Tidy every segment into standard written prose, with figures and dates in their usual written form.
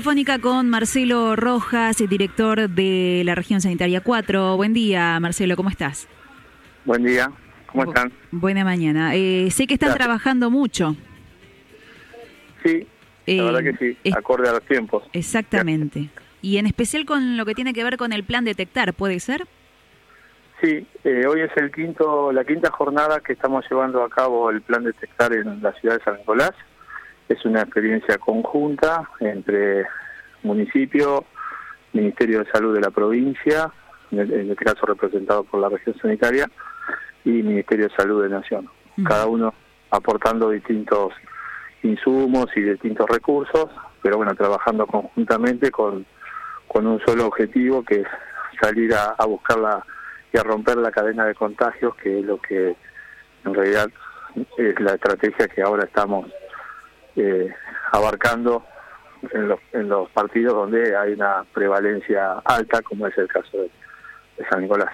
telefónica con Marcelo Rojas, director de la región sanitaria 4. Buen día, Marcelo, ¿cómo estás? Buen día, ¿cómo están? Buena mañana. Sé que están Gracias. trabajando mucho. Sí, la verdad que sí, acorde a los tiempos. Exactamente. Y en especial con lo que tiene que ver con el plan Detectar, ¿puede ser? Sí, hoy es la quinta jornada que estamos llevando a cabo el plan Detectar en la ciudad de San Nicolás. Es una experiencia conjunta entre municipio, Ministerio de Salud de la provincia, en este caso representado por la región sanitaria, y Ministerio de Salud de Nación. Cada uno aportando distintos insumos y distintos recursos, pero bueno, trabajando conjuntamente con un solo objetivo, que es salir a buscar y a romper la cadena de contagios, que es lo que en realidad es la estrategia que ahora estamos abarcando en los partidos donde hay una prevalencia alta, como es el caso de San Nicolás.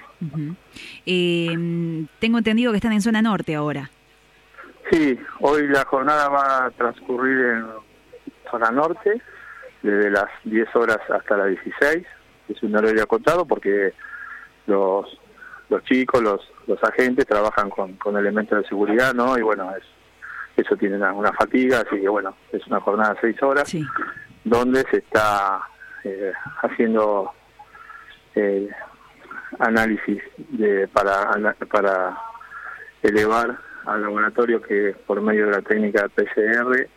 Tengo entendido que están en zona norte ahora. Sí, hoy la jornada va a transcurrir en zona norte, desde las 10 horas hasta las 16. Es un horario acotado porque los chicos, los agentes trabajan con elementos de seguridad, ¿no? Y bueno, eso tiene una fatiga, así que bueno, es una jornada de 6 horas, sí, donde se está haciendo análisis para elevar al laboratorio que por medio de la técnica PCR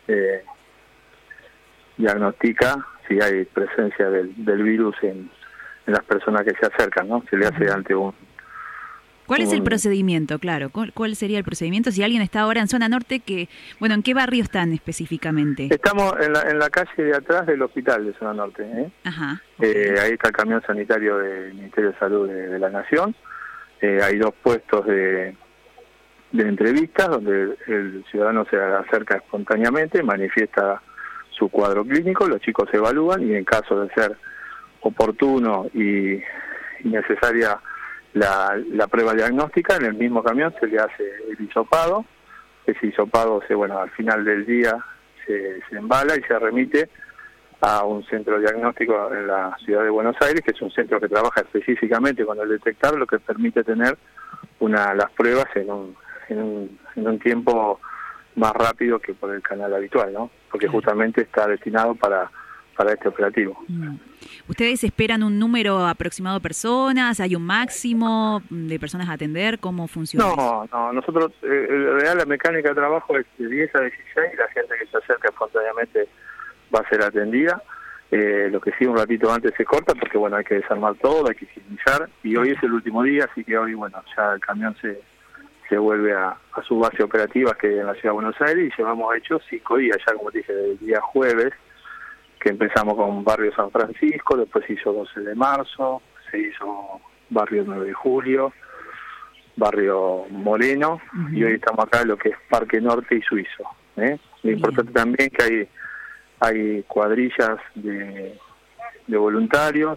diagnostica si hay presencia del virus en las personas que se acercan, ¿no? Se le hace ante un... ¿Cuál es el procedimiento? Claro, ¿cuál sería el procedimiento? Si alguien está ahora en zona norte, ¿en qué barrio están específicamente? Estamos en la calle de atrás del hospital de zona norte, ¿eh? Ajá. Ahí está el camión sanitario del Ministerio de Salud de la Nación. Hay 2 puestos de entrevistas donde el ciudadano se acerca espontáneamente, manifiesta su cuadro clínico, los chicos se evalúan y en caso de ser oportuno y necesaria la prueba diagnóstica, en el mismo camión se le hace el hisopado. Ese hisopado al final del día se embala y se remite a un centro diagnóstico en la ciudad de Buenos Aires, que es un centro que trabaja específicamente con el Detectar, lo que permite tener las pruebas en un tiempo más rápido que por el canal habitual, ¿no? Porque justamente está destinado para este operativo. ¿Ustedes esperan un número aproximado de personas? ¿Hay un máximo de personas a atender? ¿Cómo funciona eso? No, nosotros, la mecánica de trabajo es de 10 a 16, la gente que se acerca espontáneamente va a ser atendida. Lo que sí, un ratito antes se corta porque hay que desarmar todo, hay que higienizar, y hoy es el último día, así que hoy ya el camión se vuelve a su base operativa, que es en la ciudad de Buenos Aires, y llevamos hecho 5 días, ya como te dije, del día jueves, que empezamos con Barrio San Francisco, después se hizo 12 de marzo, se hizo Barrio 9 de Julio, Barrio Moreno, y hoy estamos acá en lo que es Parque Norte y Suizo. Lo importante también es que hay cuadrillas de voluntarios,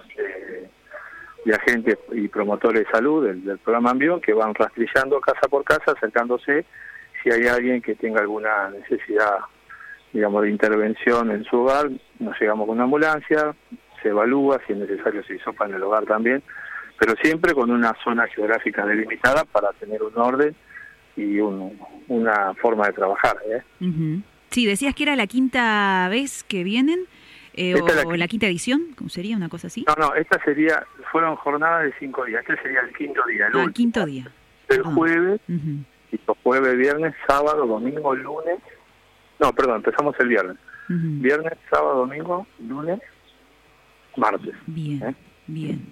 de agentes y promotores de salud del programa Ambión, que van rastrillando casa por casa, acercándose si hay alguien que tenga alguna necesidad, de intervención en su hogar. Nos llegamos con una ambulancia, se evalúa, si es necesario se hisopa en el hogar también, pero siempre con una zona geográfica delimitada para tener un orden y una forma de trabajar. Sí, decías que era la quinta vez que vienen, o la quinta edición, ¿cómo sería? ¿Una cosa así? No, fueron jornadas de 5 días, este sería el quinto día. El quinto día. El jueves, y los jueves, viernes, sábado, domingo, lunes. No, perdón, empezamos el viernes. Viernes, sábado, domingo, lunes, martes. Bien, bien.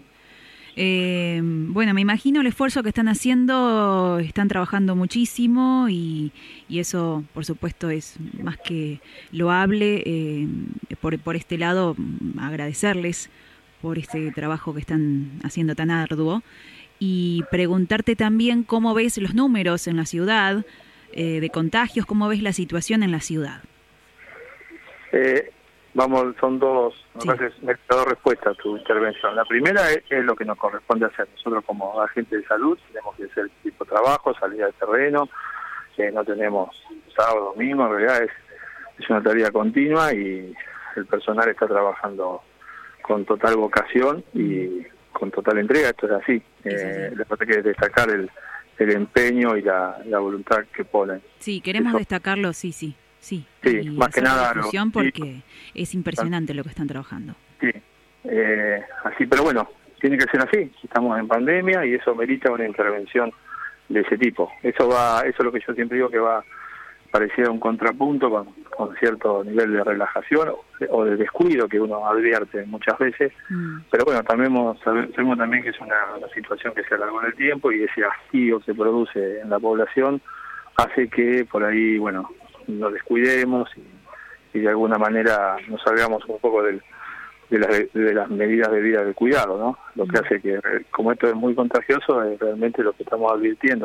Me imagino el esfuerzo que están haciendo, están trabajando muchísimo y eso, por supuesto, es más que loable. Por este lado, agradecerles por este trabajo que están haciendo tan arduo y preguntarte también cómo ves los números en la ciudad de contagios, cómo ves la situación en la ciudad. Son dos respuestas a tu intervención. La primera es lo que nos corresponde hacer. Nosotros como agentes de salud tenemos que hacer tipo de trabajo, salida de terreno, no tenemos sábado, domingo, en realidad es una tarea continua y el personal está trabajando con total vocación y con total entrega. Esto es así. La parte que destacar el empeño y la voluntad que ponen. Sí, queremos destacarlo, sí. Sí, y más que nada porque es impresionante lo que están trabajando. Sí, así, pero bueno, tiene que ser así. Estamos en pandemia y eso merita una intervención de ese tipo. Eso es lo que yo siempre digo, que va pareciera un contrapunto con cierto nivel de relajación o de descuido que uno advierte muchas veces, pero bueno, sabemos también que es una situación que se alargó en el tiempo y ese hastío que se produce en la población hace que por ahí, bueno, nos descuidemos y de alguna manera nos salgamos un poco de las medidas debidas de cuidado, ¿no? Lo que hace que, como esto es muy contagioso, es realmente lo que estamos advirtiendo,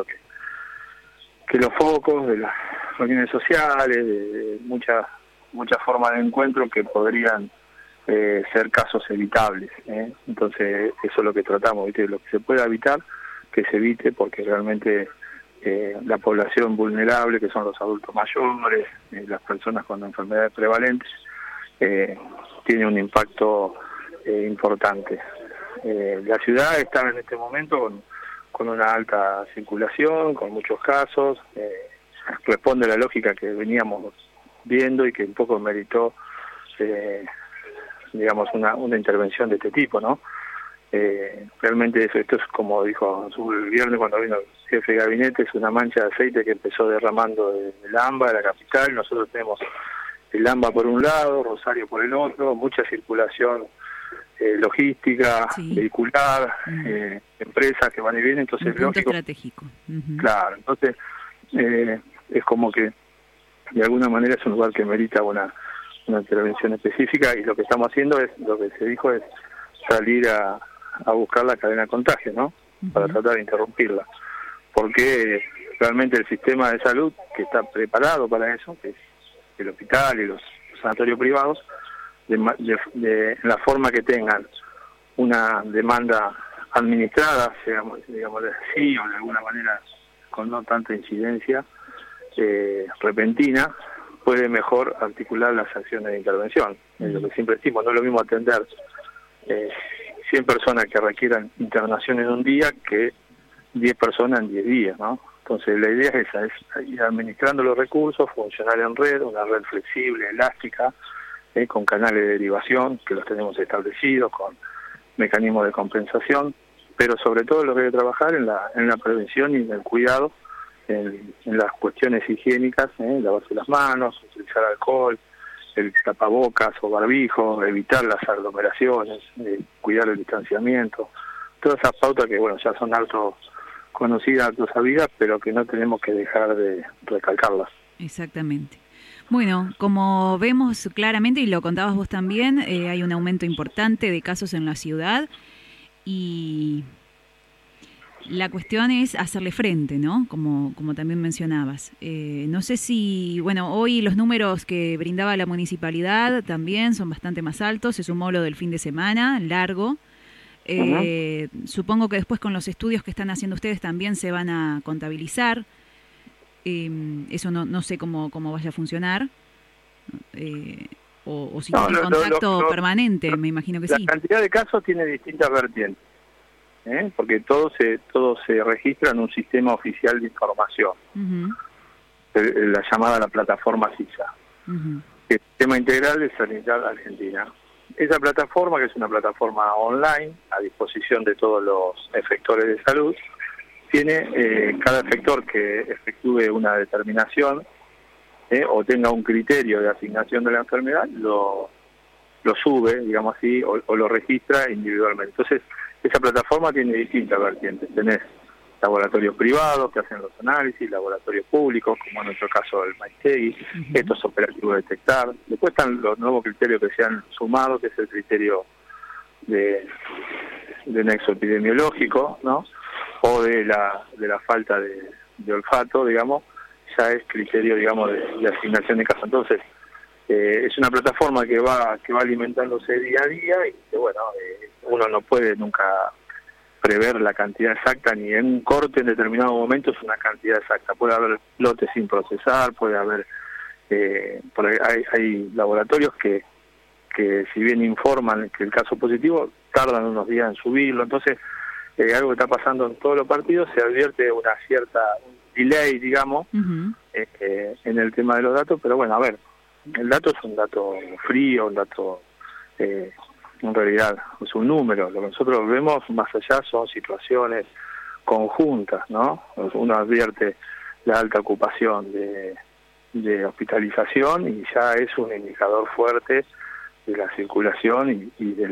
que los focos de las reuniones sociales, de muchas formas de encuentro que podrían ser casos evitables, ¿eh? Entonces eso es lo que tratamos, ¿viste? Lo que se pueda evitar, que se evite, porque realmente la población vulnerable, que son los adultos mayores, las personas con enfermedades prevalentes, tiene un impacto importante. La ciudad está en este momento con una alta circulación, con muchos casos, responde a la lógica que veníamos viendo y que un poco meritó, digamos, una intervención de este tipo, ¿no? Realmente esto es como dijo el viernes cuando vino el jefe de gabinete, es una mancha de aceite que empezó derramando del AMBA, de la capital. Nosotros tenemos el AMBA por un lado, Rosario por el otro, mucha circulación logística, vehicular, empresas que van y vienen, entonces un punto lógico, estratégico. Claro, entonces es como que de alguna manera es un lugar que merita una intervención específica, y lo que estamos haciendo es, lo que se dijo es salir a buscar la cadena de contagio, ¿no? Para tratar de interrumpirla, porque realmente el sistema de salud, que está preparado para eso, que es el hospital y los sanatorios privados, de la forma que tengan una demanda administrada, digamos así, o de alguna manera con no tanta incidencia repentina, puede mejor articular las acciones de intervención. Es lo que siempre decimos, no es lo mismo atender 100 personas que requieran internación en un día que 10 personas en 10 días, ¿no? Entonces la idea es esa, es ir administrando los recursos, funcionar en red, una red flexible, elástica, con canales de derivación que los tenemos establecidos, con mecanismos de compensación, pero sobre todo lo que hay que trabajar en la prevención y en el cuidado, en las cuestiones higiénicas, lavarse las manos, utilizar alcohol, el tapabocas o barbijo, evitar las aglomeraciones, cuidar el distanciamiento, todas esas pautas que bueno ya son alto conocidas, alto sabidas, pero que no tenemos que dejar de recalcarlas. Exactamente. Bueno, como vemos claramente, y lo contabas vos también, hay un aumento importante de casos en la ciudad y la cuestión es hacerle frente, ¿no? Como también mencionabas. No sé si, bueno, hoy los números que brindaba la municipalidad también son bastante más altos, se sumó lo del fin de semana, largo. Supongo que después con los estudios que están haciendo ustedes también se van a contabilizar. Eso no sé cómo vaya a funcionar. O si tiene contacto permanente, me imagino que sí. La cantidad de casos tiene distintas vertientes, porque todo se registra en un sistema oficial de información, la llamada la plataforma CISA, el Sistema Integral de Sanidad Argentina. Esa plataforma, que es una plataforma online a disposición de todos los efectores de salud, tiene cada efector que efectúe una determinación o tenga un criterio de asignación de la enfermedad, lo sube, digamos así, o lo registra individualmente. Entonces, esa plataforma tiene distintas vertientes. Tenés laboratorios privados que hacen los análisis, laboratorios públicos, como en nuestro caso el Maistegui, estos operativos de detectar. Después están los nuevos criterios que se han sumado, que es el criterio de nexo epidemiológico, ¿no? O de la falta de olfato, digamos, ya es criterio, digamos, de asignación de casos. Entonces, es una plataforma que va alimentándose día a día y que, bueno, uno no puede nunca prever la cantidad exacta, ni en un corte en determinado momento es una cantidad exacta. Puede haber lotes sin procesar, puede haber... hay laboratorios que que si bien informan que el caso positivo, tardan unos días en subirlo. Entonces, algo que está pasando en todos los partidos, se advierte una cierta delay, digamos, en el tema de los datos, pero bueno, a ver, el dato es un dato frío, un dato, en realidad, es un número. Lo que nosotros vemos más allá son situaciones conjuntas, ¿no? Uno advierte la alta ocupación de hospitalización y ya es un indicador fuerte de la circulación y de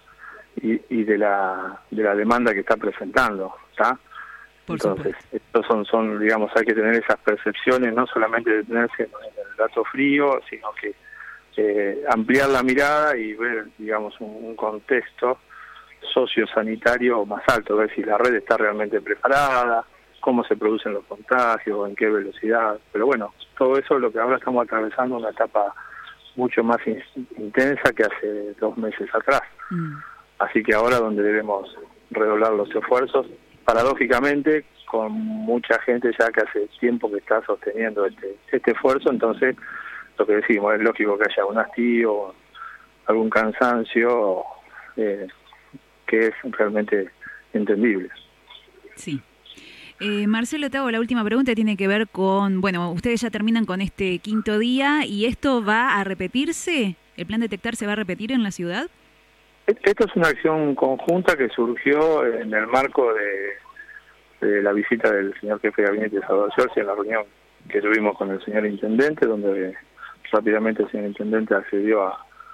la demanda que está presentando, ¿está? Entonces, estos son, digamos, hay que tener esas percepciones, no solamente detenerse en el dato frío, sino que ampliar la mirada y ver, digamos, un contexto sociosanitario más alto, ver si la red está realmente preparada, cómo se producen los contagios, en qué velocidad. Pero bueno, todo eso es lo que ahora estamos atravesando, una etapa mucho más intensa que hace 2 meses atrás. Así que ahora donde debemos redoblar los esfuerzos, paradójicamente, con mucha gente ya que hace tiempo que está sosteniendo este esfuerzo, entonces lo que decimos, es lógico que haya un hastío, algún cansancio, que es realmente entendible. Sí. Marcelo, te hago la última pregunta, tiene que ver con, bueno, ustedes ya terminan con este 5º día y ¿esto va a repetirse? ¿El plan Detectar se va a repetir en la ciudad? Esto es una acción conjunta que surgió en el marco de la visita del señor jefe de gabinete Salvador Giorgi, en la reunión que tuvimos con el señor intendente, donde rápidamente el señor intendente accedió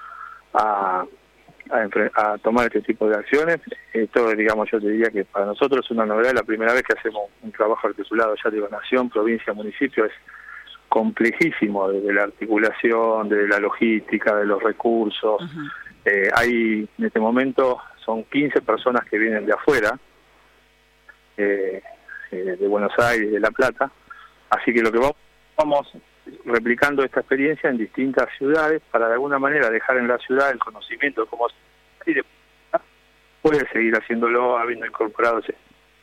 a tomar este tipo de acciones. Esto, digamos, yo te diría que para nosotros es una novedad, la primera vez que hacemos un trabajo articulado, ya digo, nación, provincia, municipio, es complejísimo, desde la articulación, desde la logística, de los recursos. Hay, en este momento, son 15 personas que vienen de afuera, de Buenos Aires, de La Plata, así que lo que vamos replicando esta experiencia en distintas ciudades para de alguna manera dejar en la ciudad el conocimiento de cómo se puede seguir haciéndolo habiendo incorporado se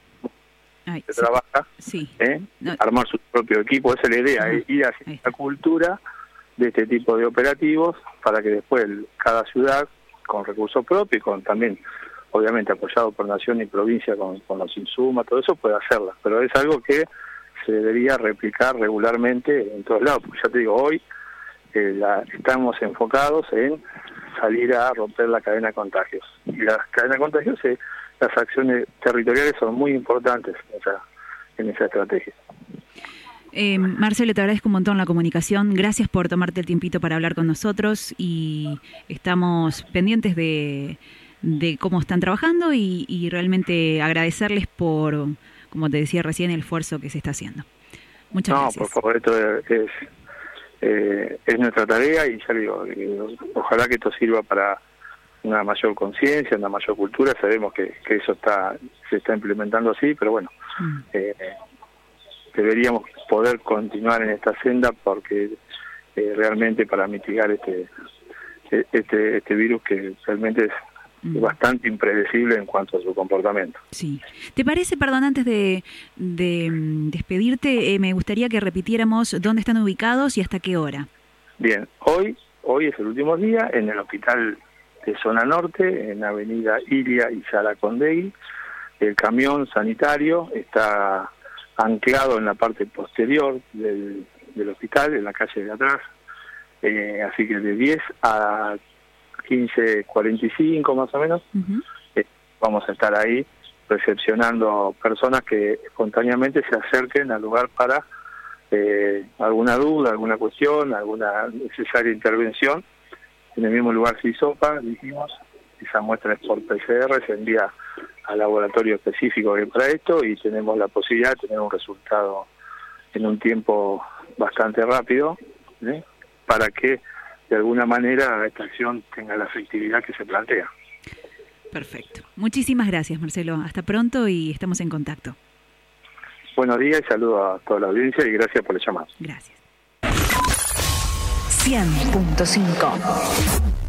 trabaja, armar su propio equipo. Esa es la idea, ir hacia esta cultura de este tipo de operativos para que después cada ciudad con recursos propios y con también obviamente apoyado por nación y provincia con los insumos, todo eso puede hacerla, pero es algo que se debería replicar regularmente en todos lados, porque ya te digo, hoy estamos enfocados en salir a romper la cadena de contagios. Y la cadena de contagios, las acciones territoriales son muy importantes en esa estrategia. Marcelo, te agradezco un montón la comunicación. Gracias por tomarte el tiempito para hablar con nosotros y estamos pendientes de cómo están trabajando y realmente agradecerles por, como te decía recién, el esfuerzo que se está haciendo. Muchas gracias. No, por favor, esto es nuestra tarea y ya digo, ojalá que esto sirva para una mayor conciencia, una mayor cultura. Sabemos que eso se está implementando así, pero bueno, deberíamos poder continuar en esta senda porque realmente para mitigar este virus que realmente es bastante impredecible en cuanto a su comportamiento. Sí. ¿Te parece, perdón, antes de despedirte, me gustaría que repitiéramos dónde están ubicados y hasta qué hora? Bien, hoy es el último día en el hospital de Zona Norte, en Avenida Ilia y Saracondegui. El camión sanitario está anclado en la parte posterior del hospital, en la calle de atrás, así que de 10 a 15:45 más o menos, vamos a estar ahí recepcionando personas que espontáneamente se acerquen al lugar para alguna duda, alguna cuestión, alguna necesaria intervención. En el mismo lugar se hisopa, dijimos, esa muestra es por PCR, se envía al laboratorio específico que para esto y tenemos la posibilidad de tener un resultado en un tiempo bastante rápido, para que de alguna manera esta acción tenga la efectividad que se plantea. Perfecto. Muchísimas gracias, Marcelo. Hasta pronto y estamos en contacto. Buenos días y saludo a toda la audiencia y gracias por el llamado. Gracias. 100.5